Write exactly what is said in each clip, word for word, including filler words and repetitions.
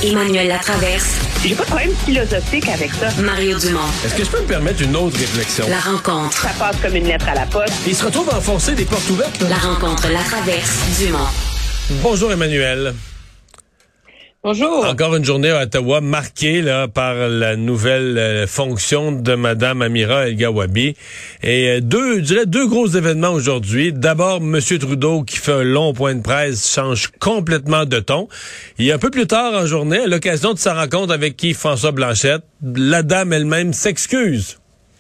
Emmanuel Latraverse. J'ai pas de problème philosophique avec ça. Mario Dumont. Est-ce que je peux me permettre une autre réflexion? La rencontre. Ça passe comme une lettre à la poste. Il se retrouve à enfoncer des portes ouvertes. La rencontre Latraverse Dumont. Bonjour Emmanuel. Bonjour. Encore une journée à Ottawa marquée là par la nouvelle euh, fonction de Madame Amira El-Gawabi. Et euh, deux, je dirais deux gros événements aujourd'hui. D'abord, Monsieur Trudeau qui fait un long point de presse change complètement de ton. Et un peu plus tard en journée, à l'occasion de sa rencontre avec qui François Blanchette, la dame elle-même s'excuse.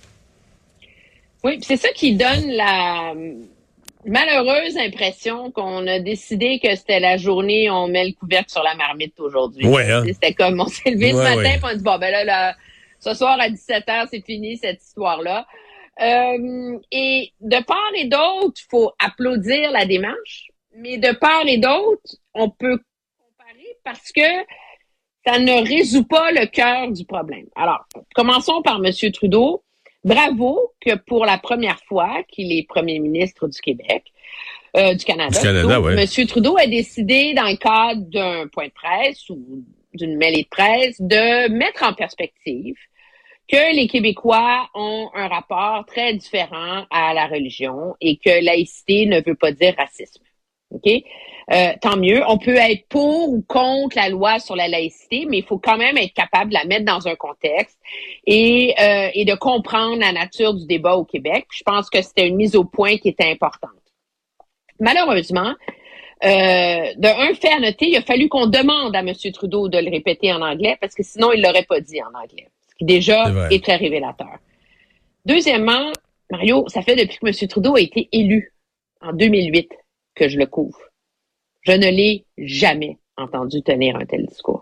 Oui, c'est ça qui donne la malheureuse impression qu'on a décidé que c'était la journée où on met le couvercle sur la marmite aujourd'hui. Ouais, hein? C'était comme, on s'est levé ouais, ce matin ouais. et on a dit, bon, ben là, là, ce soir à dix-sept heures, c'est fini cette histoire-là. Euh, et de part et d'autre, il faut applaudir la démarche, mais de part et d'autre, on peut comparer parce que ça ne résout pas le cœur du problème. Alors, commençons par M. Trudeau. Bravo que pour la première fois qu'il est premier ministre du Québec, euh, du Canada, du Canada plutôt, ouais. M. Trudeau a décidé, dans le cadre d'un point de presse ou d'une mêlée de presse, de mettre en perspective que les Québécois ont un rapport très différent à la religion et que laïcité ne veut pas dire racisme. OK? Euh, tant mieux. On peut être pour ou contre la loi sur la laïcité, mais il faut quand même être capable de la mettre dans un contexte et, euh, et de comprendre la nature du débat au Québec. Je pense que c'était une mise au point qui était importante. Malheureusement, euh, de un fait à noter, il a fallu qu'on demande à M. Trudeau de le répéter en anglais parce que sinon, il l'aurait pas dit en anglais. Ce qui déjà est, est très révélateur. Deuxièmement, Mario, ça fait depuis que M. Trudeau a été élu en deux mille huit que je le couvre. Je ne l'ai jamais entendu tenir un tel discours.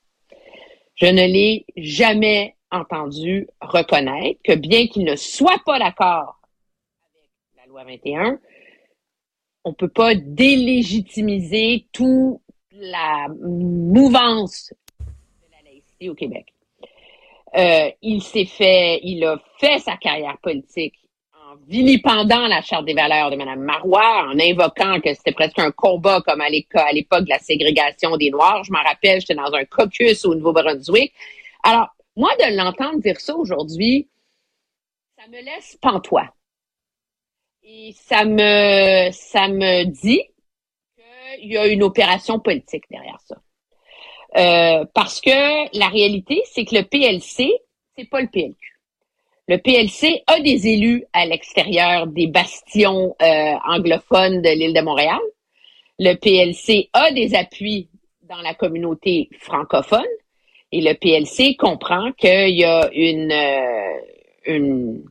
Je ne l'ai jamais entendu reconnaître que bien qu'il ne soit pas d'accord avec la loi vingt et un, on peut pas délégitimiser toute la mouvance de la laïcité au Québec. Euh, il s'est fait, il a fait sa carrière politique en vilipendant la Charte des valeurs de Mme Marois, en invoquant que c'était presque un combat comme à l'époque de la ségrégation des Noirs. Je m'en rappelle, j'étais dans un caucus au Nouveau-Brunswick. Alors, moi, de l'entendre dire ça aujourd'hui, ça me laisse pantois. Et ça me, ça me dit qu'il y a une opération politique derrière ça. Euh, parce que la réalité, c'est que le P L C, c'est pas le P L Q. Le P L C a des élus à l'extérieur des bastions euh, anglophones de l'île de Montréal. Le P L C a des appuis dans la communauté francophone. Et le P L C comprend qu'il y a une, euh, une,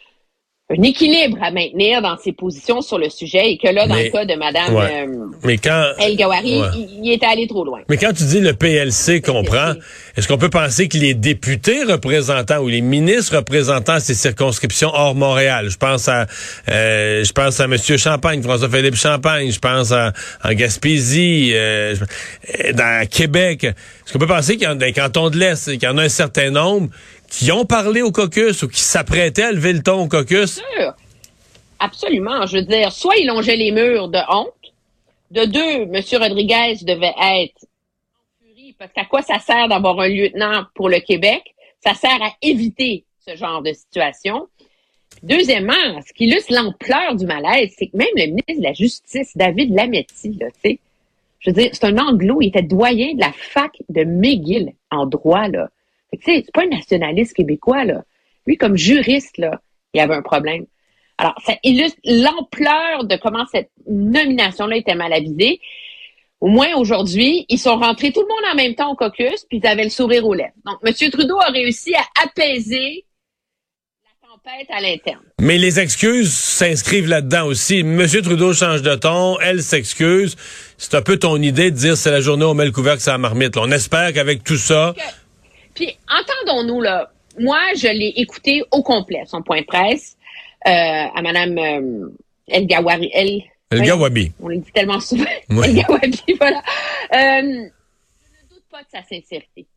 un équilibre à maintenir dans ses positions sur le sujet et que là, dans mais, le cas de Mme ouais. euh, mais quand, El-Gawari, ouais. il, il est allé trop loin. Mais quand tu dis le P L C comprend, est-ce qu'on peut penser que les députés représentants ou les ministres représentants ces circonscriptions hors Montréal, je pense à euh, je pense à Monsieur Champagne, François-Philippe Champagne, je pense à en Gaspésie, euh, dans Québec, est-ce qu'on peut penser qu'il y a dans les cantons de l'Est, qu'il y en a un certain nombre qui ont parlé au caucus ou qui s'apprêtaient à lever le ton au caucus? Bien sûr. Absolument. Je veux dire, soit ils longeaient les murs de honte. De deux, M. Rodriguez devait être en furie parce qu'à quoi ça sert d'avoir un lieutenant pour le Québec? Ça sert à éviter ce genre de situation. Deuxièmement, ce qui illustre l'ampleur du malaise, c'est que même le ministre de la Justice, David Lametti, là, tu sais, je veux dire, c'est un anglo, il était doyen de la fac de McGill en droit, là. Tu sais, c'est pas un nationaliste québécois, là. Lui, comme juriste, là, il y avait un problème. Alors, ça illustre l'ampleur de comment cette nomination-là était mal avisée. Au moins, aujourd'hui, ils sont rentrés tout le monde en même temps au caucus, puis ils avaient le sourire aux lèvres. Donc, M. Trudeau a réussi à apaiser la tempête à l'interne. Mais les excuses s'inscrivent là-dedans aussi. M. Trudeau change de ton, elle s'excuse. C'est un peu ton idée de dire c'est la journée où on met le couvercle sur la marmite. Là. On espère qu'avec tout ça... Que... Puis, entendons-nous, là, moi, je l'ai écouté au complet, son point de presse, euh, à Mme euh, El-Gawari. El, El-Gawabi. On le dit tellement souvent. Ouais. El-Gawabi, voilà. Euh, je ne doute pas de sa sincérité.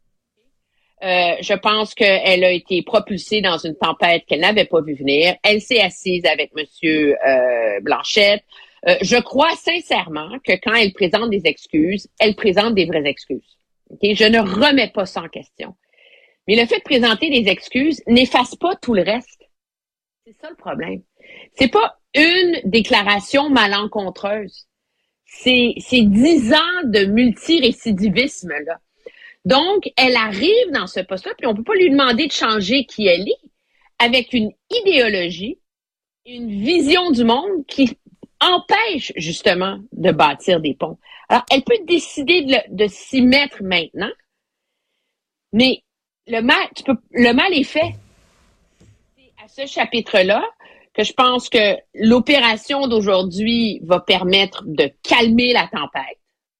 Euh, je pense qu'elle a été propulsée dans une tempête qu'elle n'avait pas vu venir. Elle s'est assise avec M. Euh, Blanchette. Euh, je crois sincèrement que quand elle présente des excuses, elle présente des vraies excuses. Okay? Je ne remets pas ça en question. Mais le fait de présenter des excuses n'efface pas tout le reste. C'est ça le problème. C'est pas une déclaration malencontreuse. C'est, c'est dix ans de multirécidivisme, là. Donc, elle arrive dans ce poste-là, puis on peut pas lui demander de changer qui elle est, avec une idéologie, une vision du monde qui empêche, justement, de bâtir des ponts. Alors, elle peut décider de, le, de s'y mettre maintenant, mais le mal, tu peux, le mal est fait. C'est à ce chapitre-là que je pense que l'opération d'aujourd'hui va permettre de calmer la tempête,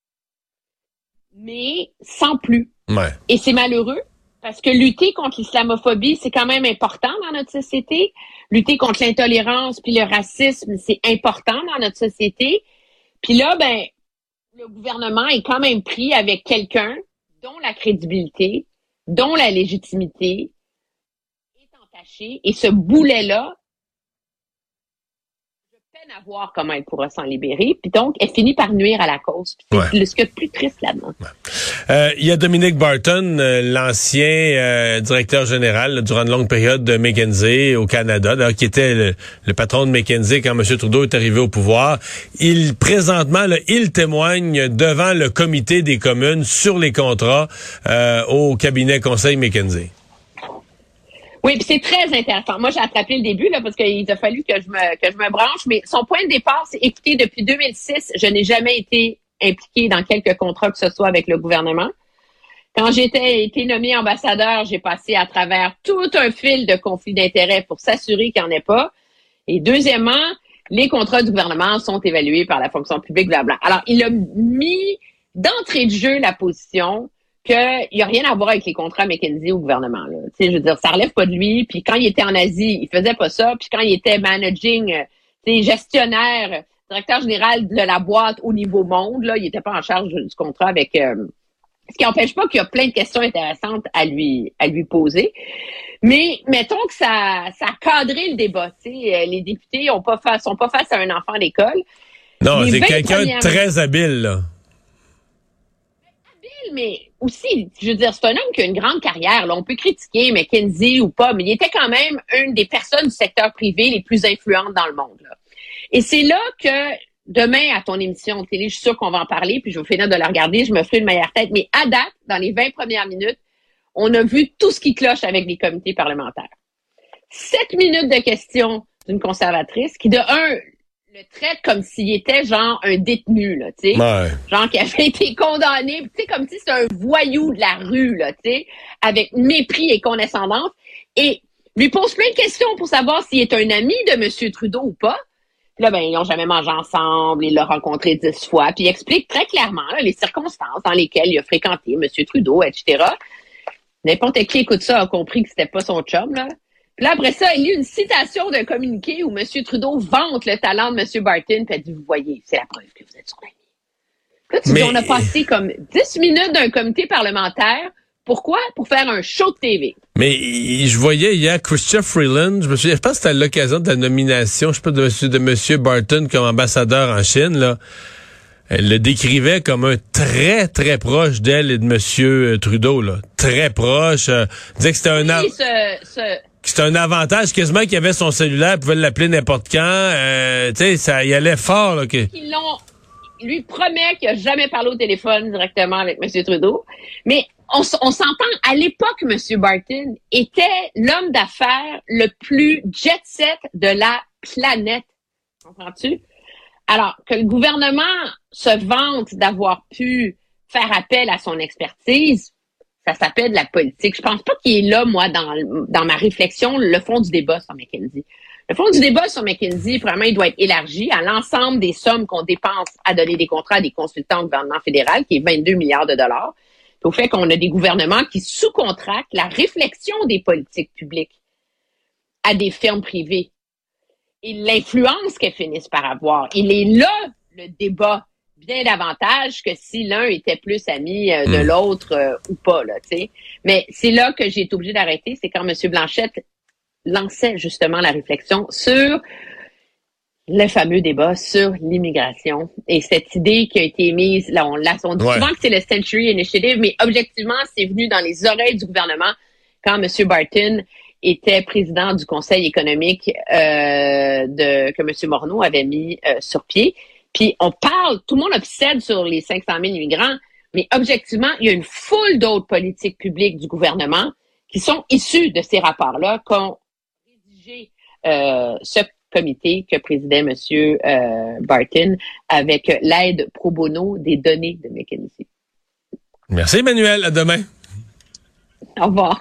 mais sans plus. Ouais. Et c'est malheureux parce que lutter contre l'islamophobie, c'est quand même important dans notre société. Lutter contre l'intolérance puis le racisme, c'est important dans notre société. Puis là, ben, le gouvernement est quand même pris avec quelqu'un dont la crédibilité, dont la légitimité est entachée. Et ce boulet-là, à voir comment elle pourra s'en libérer. Puis donc, elle finit par nuire à la cause. Puis c'est ouais. ce qu'il y a de plus triste là-dedans. Ouais. Euh, il y a Dominic Barton, euh, l'ancien euh, directeur général là, durant une longue période de McKinsey au Canada, là, qui était le, le patron de McKinsey quand M. Trudeau est arrivé au pouvoir. Il, présentement, là, il témoigne devant le comité des communes sur les contrats euh, au cabinet conseil McKinsey. Oui, puis c'est très intéressant. Moi, j'ai attrapé le début là parce qu'il a fallu que je me que je me branche, mais son point de départ, c'est écoutez, depuis deux mille six, je n'ai jamais été impliquée dans quelque contrat que ce soit avec le gouvernement. Quand j'étais été nommée ambassadeur, j'ai passé à travers tout un fil de conflits d'intérêts pour s'assurer qu'il n'y en ait pas. Et deuxièmement, les contrats du gouvernement sont évalués par la fonction publique, blablabla. Alors, il a mis d'entrée de jeu la position qu'il n'y a rien à voir avec les contrats McKinsey au gouvernement. Là. Tu sais, je veux dire, ça relève pas de lui. Puis quand il était en Asie, il faisait pas ça. Puis quand il était managing, tu sais, gestionnaire, directeur général de la boîte au niveau monde, là, il était pas en charge du contrat avec. Euh, ce qui n'empêche pas qu'il y a plein de questions intéressantes à lui à lui poser. Mais mettons que ça ça a cadré le débat. Tu sais, les députés ont pas face, sont pas face à un enfant d'école. Non, les c'est quelqu'un de très habile là. Mais aussi, je veux dire, c'est un homme qui a une grande carrière. Là. On peut critiquer McKinsey ou pas, mais il était quand même une des personnes du secteur privé les plus influentes dans le monde. Là. Et c'est là que, demain, à ton émission de télé, je suis sûre qu'on va en parler, puis je vais finir de la regarder, je me ferai une meilleure tête. Mais à date, dans les vingt premières minutes, on a vu tout ce qui cloche avec les comités parlementaires. Sept minutes de questions d'une conservatrice qui, de un, le traite comme s'il était genre un détenu, là, tu sais. Ouais. Genre qui avait été condamné, tu sais, comme si c'était un voyou de la rue, là, tu sais, avec mépris et condescendance. Et lui pose plein de questions pour savoir s'il est un ami de M. Trudeau ou pas. Puis là, ben, ils n'ont jamais mangé ensemble, il l'a rencontré dix fois. Puis il explique très clairement là, les circonstances dans lesquelles il a fréquenté M. Trudeau, et cetera. N'importe qui écoute ça a compris que c'était pas son chum, là. Puis là, après ça, il lit une citation d'un communiqué où M. Trudeau vante le talent de M. Barton, puis elle dit, vous voyez, c'est la preuve que vous êtes son ami. Là, tu Mais... dis, on a passé comme dix minutes d'un comité parlementaire. Pourquoi? Pour faire un show de T V. Mais je voyais hier Chrystia Freeland, je me souviens, je pense que c'était à l'occasion de la nomination, je sais pas, de M. de Monsieur Barton comme ambassadeur en Chine, là. Elle le décrivait comme un très, très proche d'elle et de M. Trudeau, là. Très proche. Euh, disait que c'était un... Oui, ce, ce... C'était un avantage quasiment qu'il avait son cellulaire, il pouvait l'appeler n'importe quand. Euh, tu sais, ça y allait fort. Là, que... Ils l'ont, lui promet qu'il n'a jamais parlé au téléphone directement avec M. Trudeau. Mais on, on s'entend, à l'époque, M. Barton était l'homme d'affaires le plus jet-set de la planète. Comprends-tu? Alors, que le gouvernement se vante d'avoir pu faire appel à son expertise, ça s'appelle de la politique. Je pense pas qu'il est là, moi, dans, dans ma réflexion, le fond du débat sur McKinsey. Le fond du débat sur McKinsey, vraiment, il doit être élargi à l'ensemble des sommes qu'on dépense à donner des contrats à des consultants au gouvernement fédéral, qui est vingt-deux milliards de dollars. Puis au fait qu'on a des gouvernements qui sous-contractent la réflexion des politiques publiques à des firmes privées. Et l'influence qu'elles finissent par avoir. Il est là, le débat, bien davantage que si l'un était plus ami euh, de mmh. l'autre euh, ou pas, là, tu sais. Mais c'est là que j'ai été obligée d'arrêter, c'est quand M. Blanchette lançait justement la réflexion sur le fameux débat sur l'immigration et cette idée qui a été émise, là, on, là, on dit ouais. souvent que c'est le Century Initiative, mais objectivement, c'est venu dans les oreilles du gouvernement quand M. Barton était président du Conseil économique euh, de que M. Morneau avait mis euh, sur pied. Puis on parle, tout le monde obsède sur les cinq cent mille immigrants, mais objectivement, il y a une foule d'autres politiques publiques du gouvernement qui sont issues de ces rapports-là, qu'ont rédigé euh, ce comité que présidait M. Euh, Barton avec l'aide pro bono des données de McKinsey. Merci Emmanuel, à demain. Au revoir.